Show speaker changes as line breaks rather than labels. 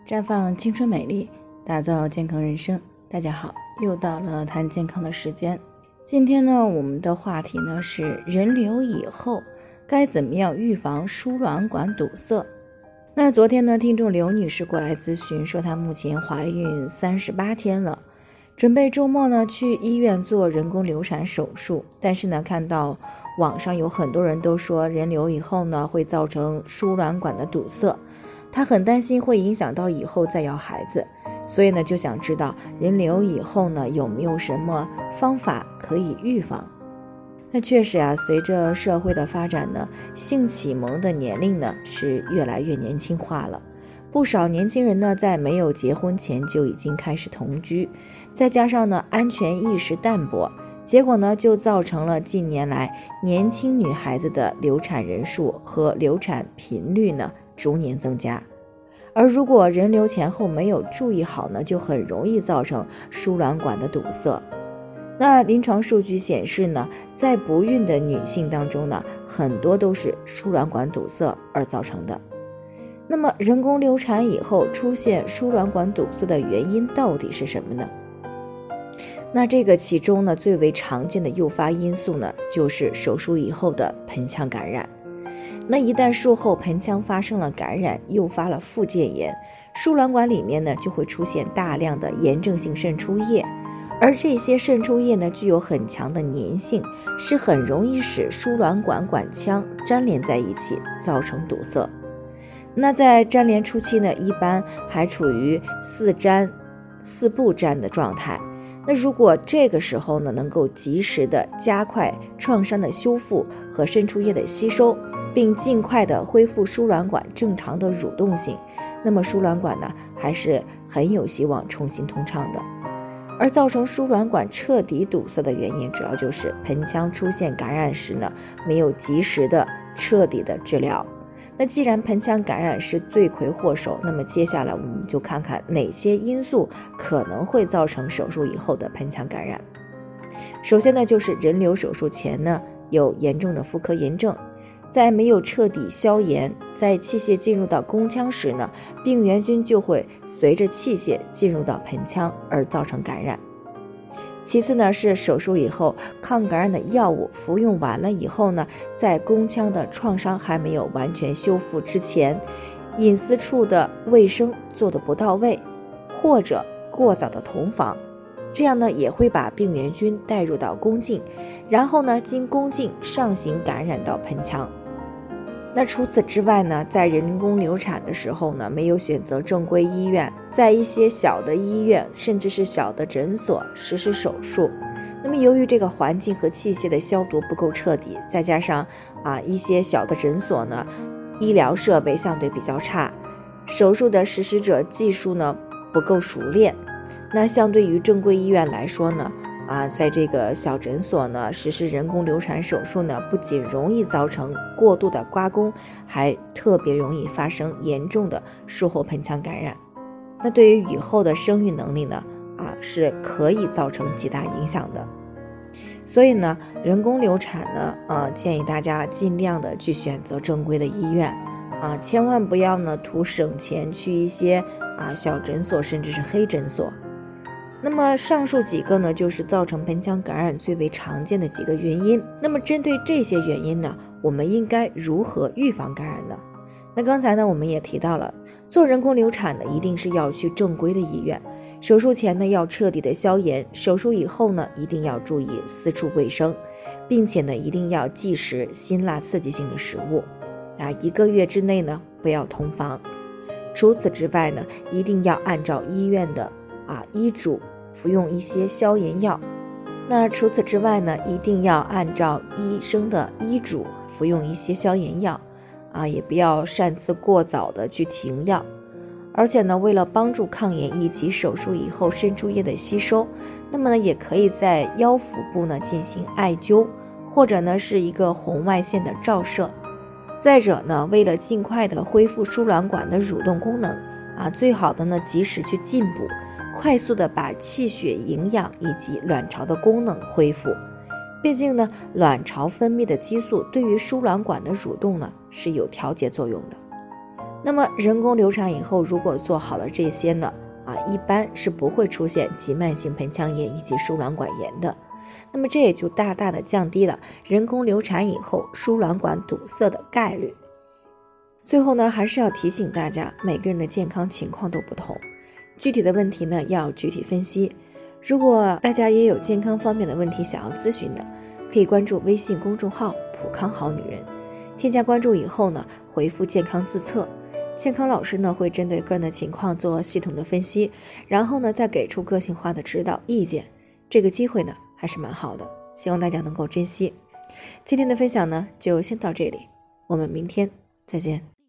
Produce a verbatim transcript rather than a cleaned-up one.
绽放青春美丽，打造健康人生。大家好，又到了谈健康的时间。今天呢，我们的话题呢是人流以后该怎么样预防输卵管堵塞。那昨天呢，听众刘女士过来咨询说，她目前怀孕三十八天了，准备周末呢去医院做人工流产手术，但是呢，看到网上有很多人都说人流以后呢会造成输卵管的堵塞，她很担心会影响到以后再要孩子，所以呢就想知道人流以后呢有没有什么方法可以预防。那确实啊，随着社会的发展呢，性启蒙的年龄呢是越来越年轻化了。不少年轻人呢在没有结婚前就已经开始同居，再加上呢安全意识淡薄，结果呢就造成了近年来年轻女孩子的流产人数和流产频率呢逐年增加。而如果人流前后没有注意好呢，就很容易造成输卵管的堵塞。那临床数据显示呢，在不孕的女性当中呢，很多都是输卵管堵塞而造成的。那么人工流产以后出现输卵管堵塞的原因到底是什么呢？那这个其中呢，最为常见的诱发因素呢，就是手术以后的盆腔感染。那一旦术后盆腔发生了感染，诱发了附件炎，输卵管里面呢就会出现大量的炎症性渗出液，而这些渗出液呢具有很强的粘性，是很容易使输卵管管腔粘连在一起，造成堵塞。那在粘连初期呢，一般还处于四粘四不粘的状态。那如果这个时候呢，能够及时的加快创伤的修复和渗出液的吸收，并尽快的恢复输卵管正常的蠕动性，那么输卵管呢还是很有希望重新通畅的。而造成输卵管彻底堵塞的原因，主要就是盆腔出现感染时呢，没有及时的彻底的治疗。那既然盆腔感染是罪魁祸首，那么接下来我们就看看哪些因素可能会造成手术以后的盆腔感染。首先呢，就是人流手术前呢有严重的妇科炎症，在没有彻底消炎，在器械进入到宫腔时呢，病原菌就会随着器械进入到盆腔而造成感染。其次呢，是手术以后抗感染的药物服用完了以后呢，在宫腔的创伤还没有完全修复之前，隐私处的卫生做得不到位，或者过早的同房，这样呢也会把病原菌带入到宫颈，然后呢经宫颈上行感染到盆腔。那除此之外呢，在人工流产的时候呢，没有选择正规医院，在一些小的医院甚至是小的诊所实施手术。那么由于这个环境和器械的消毒不够彻底，再加上啊一些小的诊所呢，医疗设备相对比较差，手术的实施者技术呢不够熟练。那相对于正规医院来说呢，啊，在这个小诊所呢实施人工流产手术呢，不仅容易造成过度的刮宫，还特别容易发生严重的术后盆腔感染。那对于以后的生育能力呢，啊是可以造成极大影响的。所以呢，人工流产呢，啊建议大家尽量的去选择正规的医院，啊千万不要呢图省钱去一些啊小诊所甚至是黑诊所。那么上述几个呢，就是造成盆腔感染最为常见的几个原因。那么针对这些原因呢，我们应该如何预防感染呢？那刚才呢，我们也提到了，做人工流产呢，一定是要去正规的医院。手术前呢，要彻底的消炎；手术以后呢，一定要注意私处卫生，并且呢，一定要忌食辛辣刺激性的食物。啊，一个月之内呢，不要同房。除此之外呢，一定要按照医院的啊医嘱服用一些消炎药。那除此之外呢，一定要按照医生的医嘱服用一些消炎药啊，也不要擅自过早的去停药。而且呢，为了帮助抗炎以及手术以后渗出液的吸收，那么呢，也可以在腰腹部呢进行艾灸，或者呢是一个红外线的照射。再者呢，为了尽快的恢复输卵管的蠕动功能啊，最好的呢及时去进补，快速的把气血营养以及卵巢的功能恢复。毕竟呢，卵巢分泌的激素对于输卵管的蠕动呢是有调节作用的。 那么人工流产以后，如果做好了这些呢，啊，一般是不会出现急慢性盆腔炎以及输卵管炎的。那么这也就大大的降低了人工流产以后输卵管堵塞的概率。最后呢，还是要提醒大家，每个人的健康情况都不同，具体的问题呢要具体分析。如果大家也有健康方面的问题想要咨询的，可以关注微信公众号普康好女人，添加关注以后呢，回复健康自测，健康老师呢会针对个人的情况做系统的分析，然后呢再给出个性化的指导意见。这个机会呢还是蛮好的，希望大家能够珍惜。今天的分享呢就先到这里，我们明天再见。